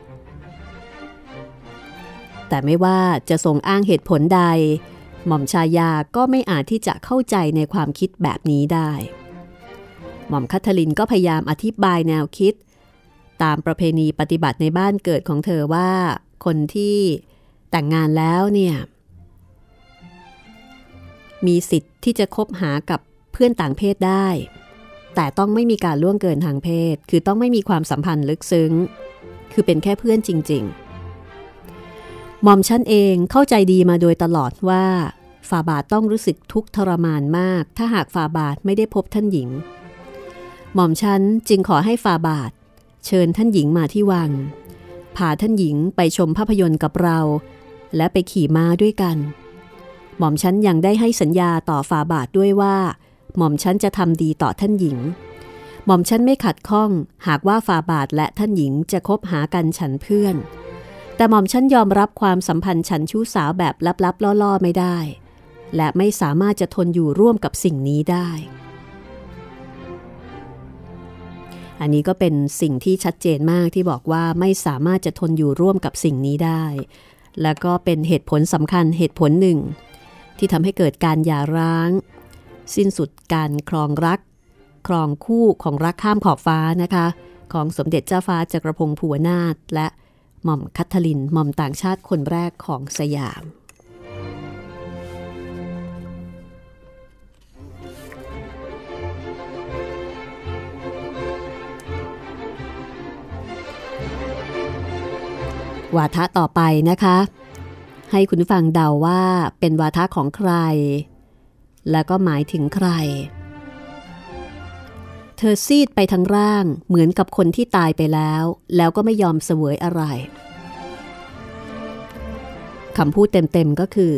แต่ไม่ว่าจะทรงอ้างเหตุผลใดหม่อมชายาก็ไม่อาจที่จะเข้าใจในความคิดแบบนี้ได้หม่อมคัทธลินก็พยายามอธิบายแนวคิดตามประเพณีปฏิบัติในบ้านเกิดของเธอว่าคนที่แต่งงานแล้วเนี่ยมีสิทธิ์ที่จะคบหากับเพื่อนต่างเพศได้แต่ต้องไม่มีการล่วงเกินทางเพศคือต้องไม่มีความสัมพันธ์ลึกซึ้งคือเป็นแค่เพื่อนจริงๆหม่อมฉันเองเข้าใจดีมาโดยตลอดว่าฝ่าบาทต้องรู้สึกทุกข์ทรมานมากถ้าหากฝ่าบาทไม่ได้พบท่านหญิงหม่อมฉันจึงขอให้ฝ่าบาทเชิญท่านหญิงมาที่วังพาท่านหญิงไปชมภาพยนตร์กับเราและไปขี่ม้าด้วยกันหม่อมฉันยังได้ให้สัญญาต่อฝ่าบาทด้วยว่าหม่อมฉันจะทำดีต่อท่านหญิงหม่อมฉันไม่ขัดข้องหากว่าฝ่าบาทและท่านหญิงจะคบหากันฉันเพื่อนแต่หม่อมฉันยอมรับความสัมพันธ์ฉันชู้สาวแบบลับๆล่อๆไม่ได้และไม่สามารถจะทนอยู่ร่วมกับสิ่งนี้ได้อันนี้ก็เป็นสิ่งที่ชัดเจนมากที่บอกว่าไม่สามารถจะทนอยู่ร่วมกับสิ่งนี้ได้และก็เป็นเหตุผลสำคัญเหตุผลหนึ่งที่ทำให้เกิดการหย่าร้างสิ้นสุดการครองรักครองคู่ของรักข้ามขอบฟ้านะคะของสมเด็จเจ้าฟ้าจักรพงศ์ภูวนาถและหม่อมคัทธลินหม่อมต่างชาติคนแรกของสยามวาทะต่อไปนะคะให้คุณฟังเดาว่าเป็นวาทะของใครและก็หมายถึงใครเธอซีดไปทั้งร่างเหมือนกับคนที่ตายไปแล้วก็ไม่ยอมเสวยอะไรคำพูดเต็มๆก็คือ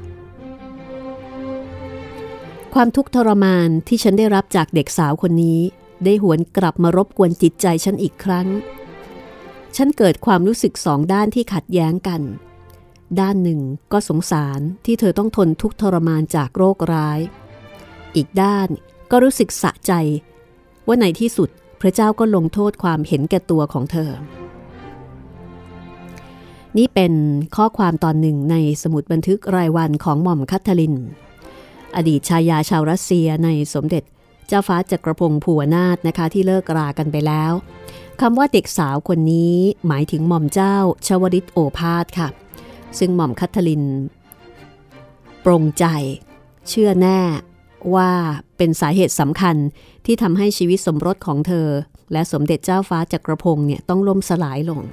ความทุกข์ทรมานที่ฉันได้รับจากเด็กสาวคนนี้ได้หวนกลับมารบกวนจิตใจฉันอีกครั้งฉันเกิดความรู้สึกสองด้านที่ขัดแย้งกันด้านหนึ่งก็สงสารที่เธอต้องทนทุกข์ทรมานจากโรคร้ายอีกด้านก็รู้สึกสะใจว่าในที่สุดพระเจ้าก็ลงโทษความเห็นแก่ตัวของเธอนี่เป็นข้อความตอนหนึ่งในสมุดบันทึกรายวันของหม่อมคัทธารินอดีตชายาชาวรัสเซียในสมเด็จเจ้าฟ้าจักรพงศ์ภูวนาถนะคะที่เลิกรากันไปแล้วคำว่าเด็กสาวคนนี้หมายถึงหม่อมเจ้าชวริตโอภาสค่ะซึ่งหม่อมคัทธารินปรงใจเชื่อแน่ว่าเป็นสาเหตุสำคัญที่ทำให้ชีวิตสมรสของเธอและสมเด็จเจ้าฟ้าจักรพงศ์เนี่ยต้องล่มสลายลง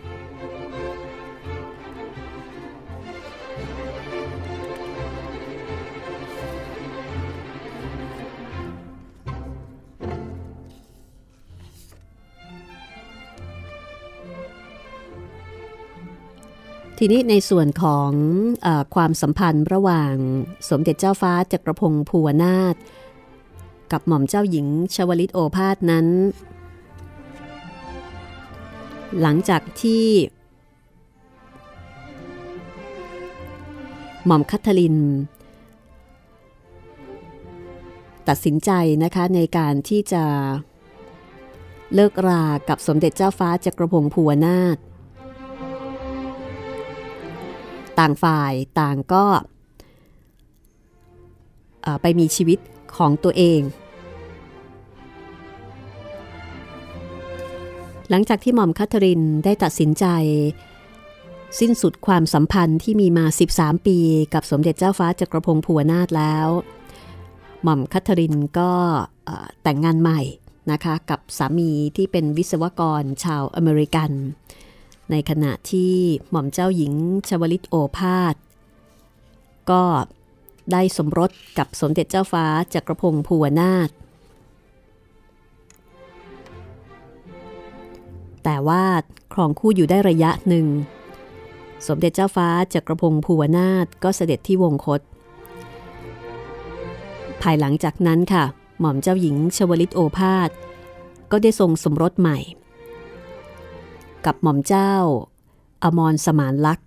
ทีนี้ในส่วนของความสัมพันธ์ระหว่างสมเด็จเจ้าฟ้าจักรพงศ์ภูวนาถกับหม่อมเจ้าหญิงชวลิตโอภาสนั้นหลังจากที่หม่อมคัทธารินตัดสินใจนะคะในการที่จะเลิกรากับสมเด็จเจ้าฟ้าจักรพงศ์ภูวนาถต่างฝ่ายต่างก็ไปมีชีวิตของตัวเองหลังจากที่หม่อมคัทธารินได้ตัดสินใจสิ้นสุดความสัมพันธ์ที่มีมา13ปีกับสมเด็จเจ้าฟ้าจักรพงศ์ภูวนาถแล้วหม่อมคัทธารินก็แต่งงานใหม่นะคะกับสามีที่เป็นวิศวกรชาวอเมริกันในขณะที่หม่อมเจ้าหญิงชวลิตโอภาสก็ได้สมรสกับสมเด็จเจ้าฟ้าจักรพงศ์ภูวนาถแต่ว่าครองคู่อยู่ได้ระยะหนึ่งสมเด็จเจ้าฟ้าจักรพงศ์ภูวนาถก็เสด็จที่วงคตภายหลังจากนั้นค่ะหม่อมเจ้าหญิงชวลิตโอภาสก็ได้ทรงสมรสใหม่กับหม่อมเจ้าอมรสมานลักษณ์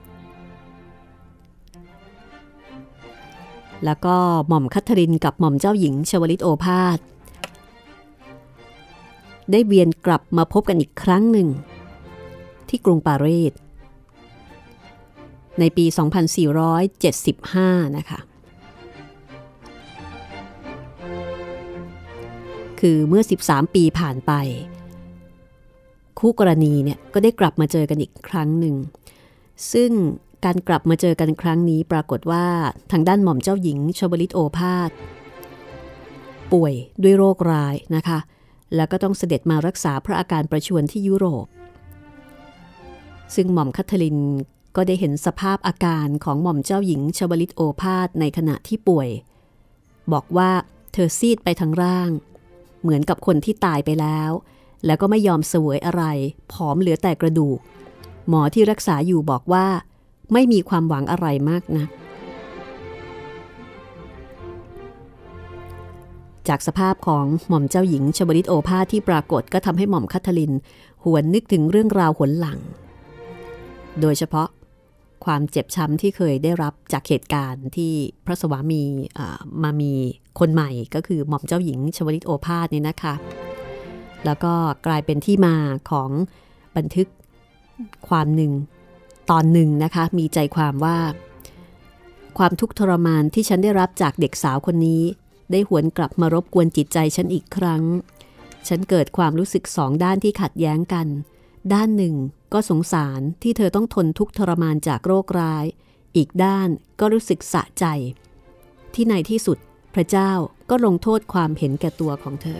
แล้วก็หม่อมคัทธารินกับหม่อมเจ้าหญิงชวลิตโอภาสได้เวียนกลับมาพบกันอีกครั้งหนึ่งที่กรุงปารีสในปี 2475 นะคะคือเมื่อ13ปีผ่านไปคู่กรณีเนี่ยก็ได้กลับมาเจอกันอีกครั้งหนึ่งซึ่งการกลับมาเจอกันครั้งนี้ปรากฏว่าทางด้านหม่อมเจ้าหญิงชวลิตโอภาสป่วยด้วยโรคร้ายนะคะแล้วก็ต้องเสด็จมารักษาพระอาการประชวรที่ยุโรปซึ่งหม่อมคัทธารินก็ได้เห็นสภาพอาการของหม่อมเจ้าหญิงชวลิตโอภาสในขณะที่ป่วยบอกว่าเธอซีดไปทั้งร่างเหมือนกับคนที่ตายไปแล้วก็ไม่ยอมเสวยอะไรผอมเหลือแต่กระดูกหมอที่รักษาอยู่บอกว่าไม่มีความหวังอะไรมากนะจากสภาพของหม่อมเจ้าหญิงชวลิตโอภาสที่ปรากฏก็ทำให้หม่อมคัทธารินหวนนึกถึงเรื่องราวหนหลังโดยเฉพาะความเจ็บช้ำที่เคยได้รับจากเหตุการณ์ที่พระสวามีมามีคนใหม่ก็คือหม่อมเจ้าหญิงชวลิตโอภาสนี่นะคะแล้วก็กลายเป็นที่มาของบันทึกความหนึ่งตอนหนึ่งนะคะมีใจความว่าความทุกข์ทรมานที่ฉันได้รับจากเด็กสาวคนนี้ได้หวนกลับมารบกวนจิตใจฉันอีกครั้งฉันเกิดความรู้สึกสองด้านที่ขัดแย้งกันด้านหนึ่งก็สงสารที่เธอต้องทนทุกข์ทรมานจากโรคร้ายอีกด้านก็รู้สึกสะใจที่ในที่สุดพระเจ้าก็ลงโทษความเห็นแก่ตัวของเธอ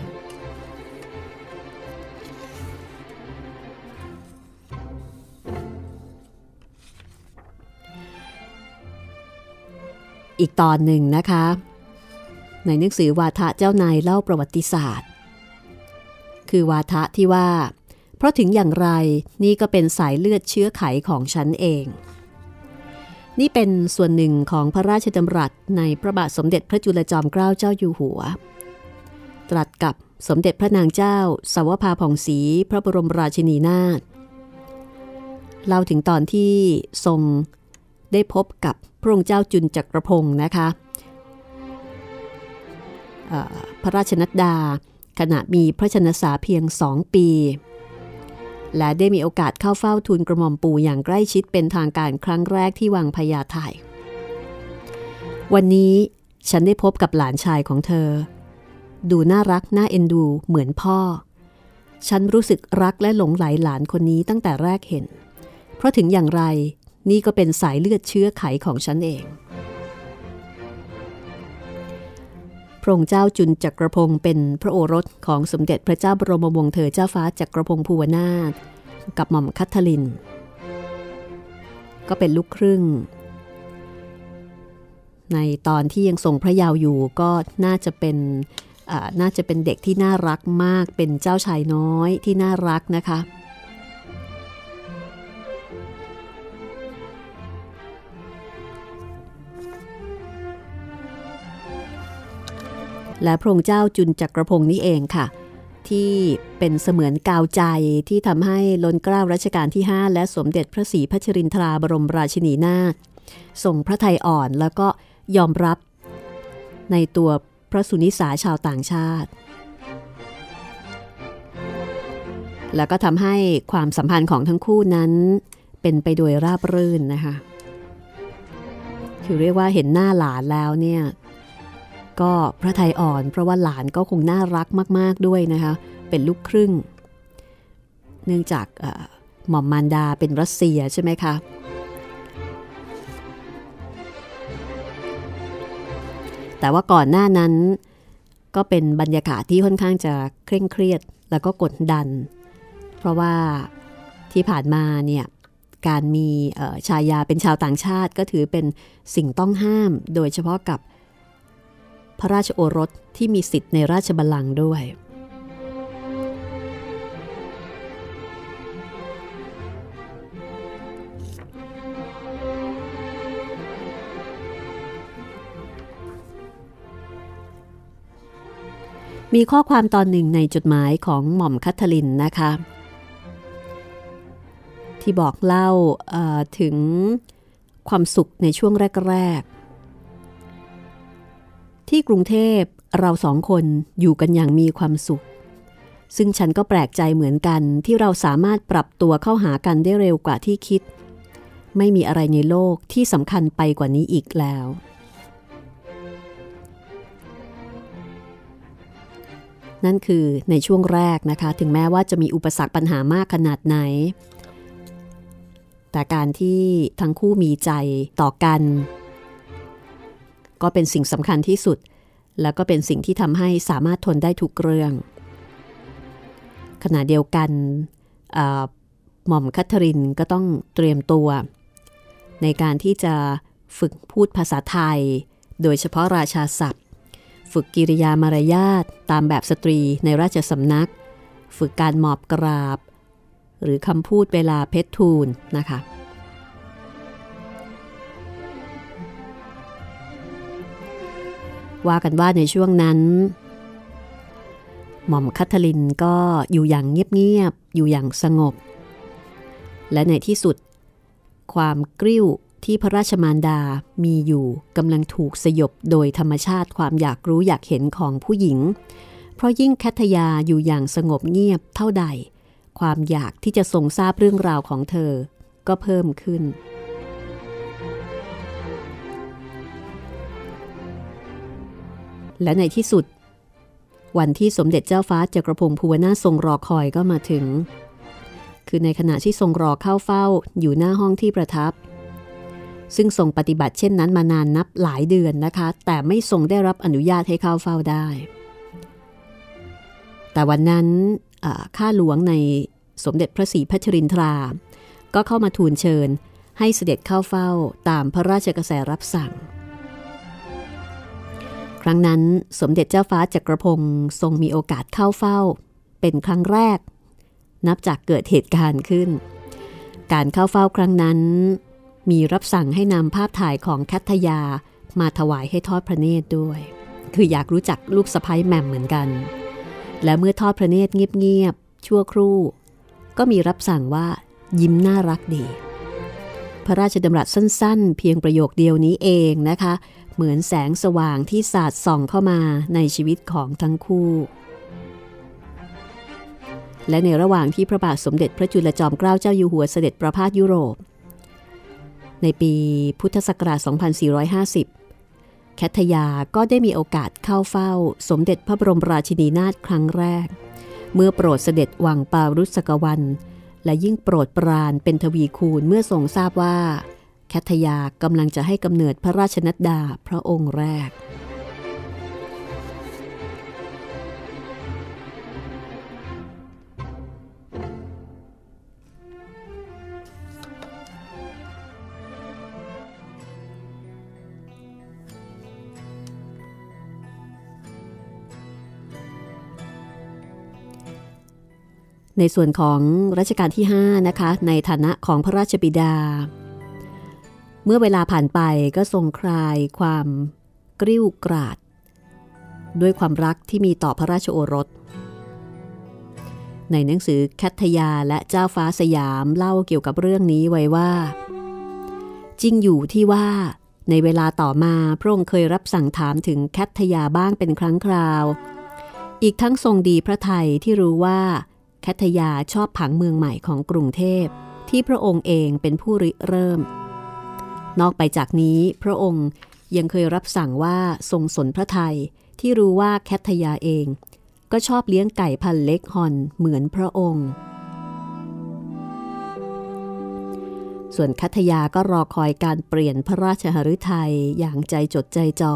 อีกตอนหนึ่งนะคะในหนังสือวาทะเจ้านายเล่าประวัติศาสตร์คือวาทะที่ว่าเพราะถึงอย่างไรนี่ก็เป็นสายเลือดเชื้อไขของฉันเองนี่เป็นส่วนหนึ่งของพระราชดำรัสในพระบาทสมเด็จพระจุลจอมเกล้าเจ้าอยู่หัวตรัสกับสมเด็จพระนางเจ้าสาวภาผ่องศรีพระบรมราชินีนาถเล่าถึงตอนที่ทรงได้พบกับพระองค์เจ้าจุลจักรพงศ์นะคะพระราชนัดดาขณะมีพระชนสาเพียง2 ปีและได้มีโอกาสเข้าเฝ้าทูลกระหม่อมปู่อย่างใกล้ชิดเป็นทางการครั้งแรกที่วังพญาไทวันนี้ฉันได้พบกับหลานชายของเธอดูน่ารักน่าเอ็นดูเหมือนพ่อฉันรู้สึกรักและหลงใหลหลานคนนี้ตั้งแต่แรกเห็นเพราะถึงอย่างไรนี่ก็เป็นสายเลือดเชื้อไขของฉันเองพระองค์เจ้าจุลจักรพงศ์เป็นพระโอรสของสมเด็จพระเจ้าบรมวงศ์เธอเจ้าฟ้าจักรพงศ์ภูวนาถกับหม่อมคัทธลินก็เป็นลูกครึ่งในตอนที่ยังทรงพระเยาว์อยู่ก็น่าจะเป็นเด็กที่น่ารักมากเป็นเจ้าชายน้อยที่น่ารักนะคะและพระองค์เจ้าจุลจักรพงศ์นี่เองค่ะที่เป็นเสมือนกาวใจที่ทำให้ล้นเกล้ารัชกาลที่5และสมเด็จพระศรีพัชรินทราบรมราชินีนาถทรงพระทัยอ่อนแล้วก็ยอมรับในตัวพระสุนิสาชาวต่างชาติแล้วก็ทำให้ความสัมพันธ์ของทั้งคู่นั้นเป็นไปโดยราบรื่นนะคะคือเรียกว่าเห็นหน้าหลานแล้วเนี่ยก็พระทัยอ่อนเพราะว่าหลานก็คงน่ารักมากๆด้วยนะคะเป็นลูกครึ่งเนื่องจากหม่อมมารดาเป็นรัสเซียใช่ไหมคะแต่ว่าก่อนหน้านั้นก็เป็นบรรยากาศที่ค่อนข้างจะเคร่งเครียดแล้วก็กดดันเพราะว่าที่ผ่านมาเนี่ยการมีชายาเป็นชาวต่างชาติก็ถือเป็นสิ่งต้องห้ามโดยเฉพาะกับพระราชโอรสที่มีสิทธิ์ในราชบัลลังก์ด้วยมีข้อความตอนหนึ่งในจดหมายของหม่อมคัทธลินนะคะที่บอกเล่าถึงความสุขในช่วงแรกที่กรุงเทพเรา2 คนอยู่กันอย่างมีความสุขซึ่งฉันก็แปลกใจเหมือนกันที่เราสามารถปรับตัวเข้าหากันได้เร็วกว่าที่คิดไม่มีอะไรในโลกที่สำคัญไปกว่านี้อีกแล้วนั่นคือในช่วงแรกนะคะถึงแม้ว่าจะมีอุปสรรคปัญหามากขนาดไหนแต่การที่ทั้งคู่มีใจต่อกันก็เป็นสิ่งสำคัญที่สุดแล้วก็เป็นสิ่งที่ทำให้สามารถทนได้ทุกเรื่องขณะเดียวกันหม่อมคัทธรินก็ต้องเตรียมตัวในการที่จะฝึกพูดภาษาไทยโดยเฉพาะราชาศัพท์ฝึกกิริยามารยาทตามแบบสตรีในราชสำนักฝึกการหมอบกราบหรือคำพูดเวลาเพชรทูลนะคะว่ากันว่าในช่วงนั้นหม่อมคัทธลินก็อยู่อย่างเงียบๆอยู่อย่างสงบและในที่สุดความกริ้วที่พระราชมารดามีอยู่กำลังถูกสยบโดยธรรมชาติความอยากรู้อยากเห็นของผู้หญิงเพราะยิ่งแคทยาอยู่อย่างสงบเงียบเท่าใดความอยากที่จะทรงทราบเรื่องราวของเธอก็เพิ่มขึ้นและในที่สุดวันที่สมเด็จเจ้าฟ้าจักรพงศ์ภูวนาถทรงรอคอยก็มาถึงคือในขณะที่ทรงรอเข้าเฝ้าอยู่หน้าห้องที่ประทับซึ่งทรงปฏิบัติเช่นนั้นมานานนับหลายเดือนนะคะแต่ไม่ทรงได้รับอนุญาตให้เข้าเฝ้าได้แต่วันนั้นข้าหลวงในสมเด็จพระศรีพัชรินทราก็เข้ามาทูลเชิญให้เสด็จเข้าเฝ้าตามพระราชกระแสรับสั่งครั้งนั้นสมเด็จเจ้าฟ้าจักรพงศ์ทรงมีโอกาสเข้าเฝ้าเป็นครั้งแรกนับจากเกิดเหตุการณ์ขึ้นการเข้าเฝ้าครั้งนั้นมีรับสั่งให้นำภาพถ่ายของแคทยามาถวายให้ทอดพระเนตรด้วยคืออยากรู้จักลูกสะใภ้แหม่มเหมือนกันและเมื่อทอดพระเนตรเงียบๆชั่วครู่ก็มีรับสั่งว่ายิ้มน่ารักดีพระราชดำรัสสั้นๆเพียงประโยคเดียวนี้เองนะคะเหมือนแสงสว่างที่สาดส่องเข้ามาในชีวิตของทั้งคู่และในระหว่างที่พระบาทสมเด็จพระจุลจอมเกล้าเจ้าอยู่หัวเสด็จประพาสยุโรปในปีพุทธศักราช 2450 แคทยาก็ได้มีโอกาสเข้าเฝ้าสมเด็จพระบรมราชินีนาถครั้งแรกเมื่อโปรดเสด็จวังปารุษกวันและยิ่งโปรดปรานเป็นทวีคูณเมื่อทรงทราบว่าแคทยากำลังจะให้กำเนิดพระราชนัดดาพระองค์แรกในส่วนของรัชกาลที่5นะคะในฐานะของพระราชบิดาเมื่อเวลาผ่านไปก็ทรงคลายความกริ้วกราดด้วยความรักที่มีต่อพระราชโอรสในหนังสือแคทยาและเจ้าฟ้าสยามเล่าเกี่ยวกับเรื่องนี้ไว้ว่าจริงอยู่ที่ว่าในเวลาต่อมาพระองค์เคยรับสั่งถามถึงแคทยาบ้างเป็นครั้งคราวอีกทั้งทรงดีพระทัยที่รู้ว่าแคทยาชอบผังเมืองใหม่ของกรุงเทพที่พระองค์เองเป็นผู้ริเริ่มนอกไปจากนี้พระองค์ยังเคยรับสั่งว่าทรงสนพระทัยที่รู้ว่าแคทยาเองก็ชอบเลี้ยงไก่พันเล็กฮอนเหมือนพระองค์ส่วนแคทยาก็รอคอยการเปลี่ยนพระราชฤทัยอย่างใจจดใจจ่อ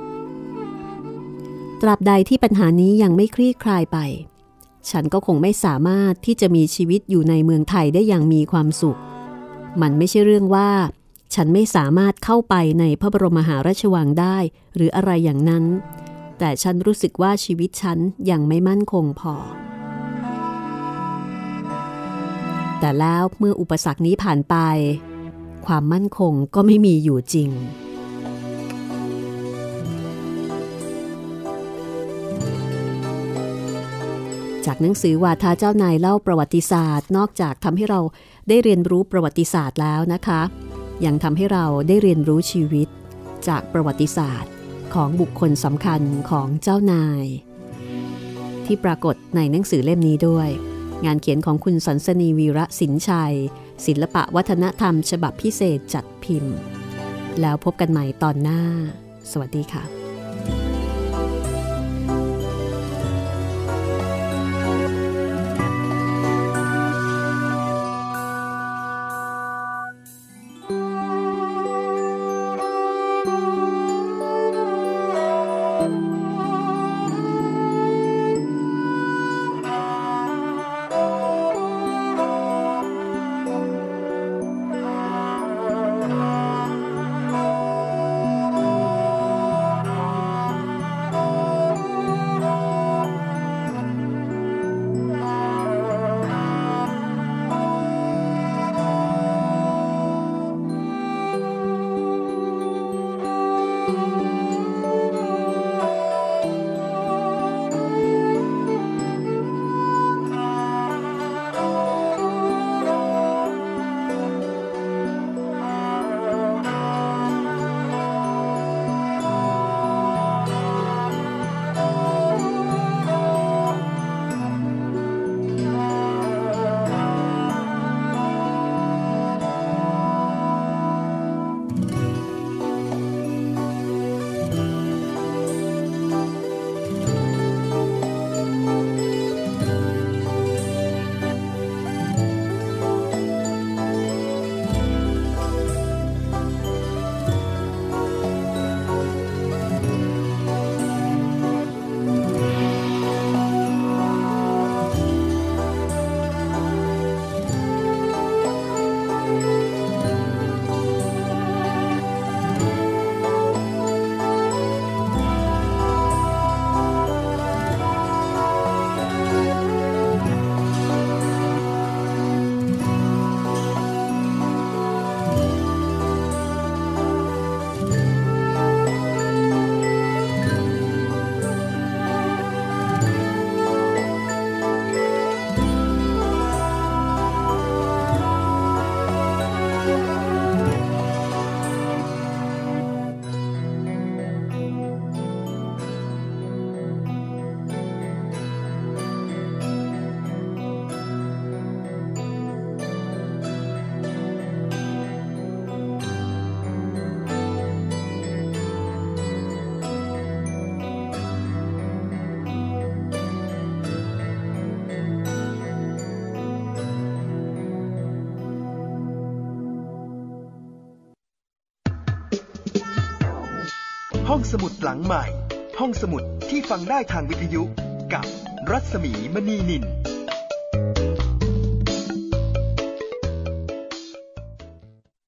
ตราบใดที่ปัญหานี้ยังไม่คลี่คลายไปฉันก็คงไม่สามารถที่จะมีชีวิตอยู่ในเมืองไทยได้อย่างมีความสุขมันไม่ใช่เรื่องว่าฉันไม่สามารถเข้าไปในพระบรมมหาราชวังได้หรืออะไรอย่างนั้นแต่ฉันรู้สึกว่าชีวิตฉันยังไม่มั่นคงพอแต่แล้วเมื่ออุปสรรคนี้ผ่านไปความมั่นคงก็ไม่มีอยู่จริงจากหนังสือวาทาเจ้านายเล่าประวัติศาสตร์นอกจากทำให้เราได้เรียนรู้ประวัติศาสตร์แล้วนะคะยังทำให้เราได้เรียนรู้ชีวิตจากประวัติศาสตร์ของบุคคลสำคัญของเจ้านายที่ปรากฏในหนังสือเล่มนี้ด้วยงานเขียนของคุณสันสนีวีระสินชัยศิลปะวัฒนธรรมฉบับพิเศษจัดพิมพ์แล้วพบกันใหม่ตอนหน้าสวัสดีค่ะห้องสมุดหลังใหม่ห้องสมุดที่ฟังได้ทางวิทยุกับรัศมีมณีนิน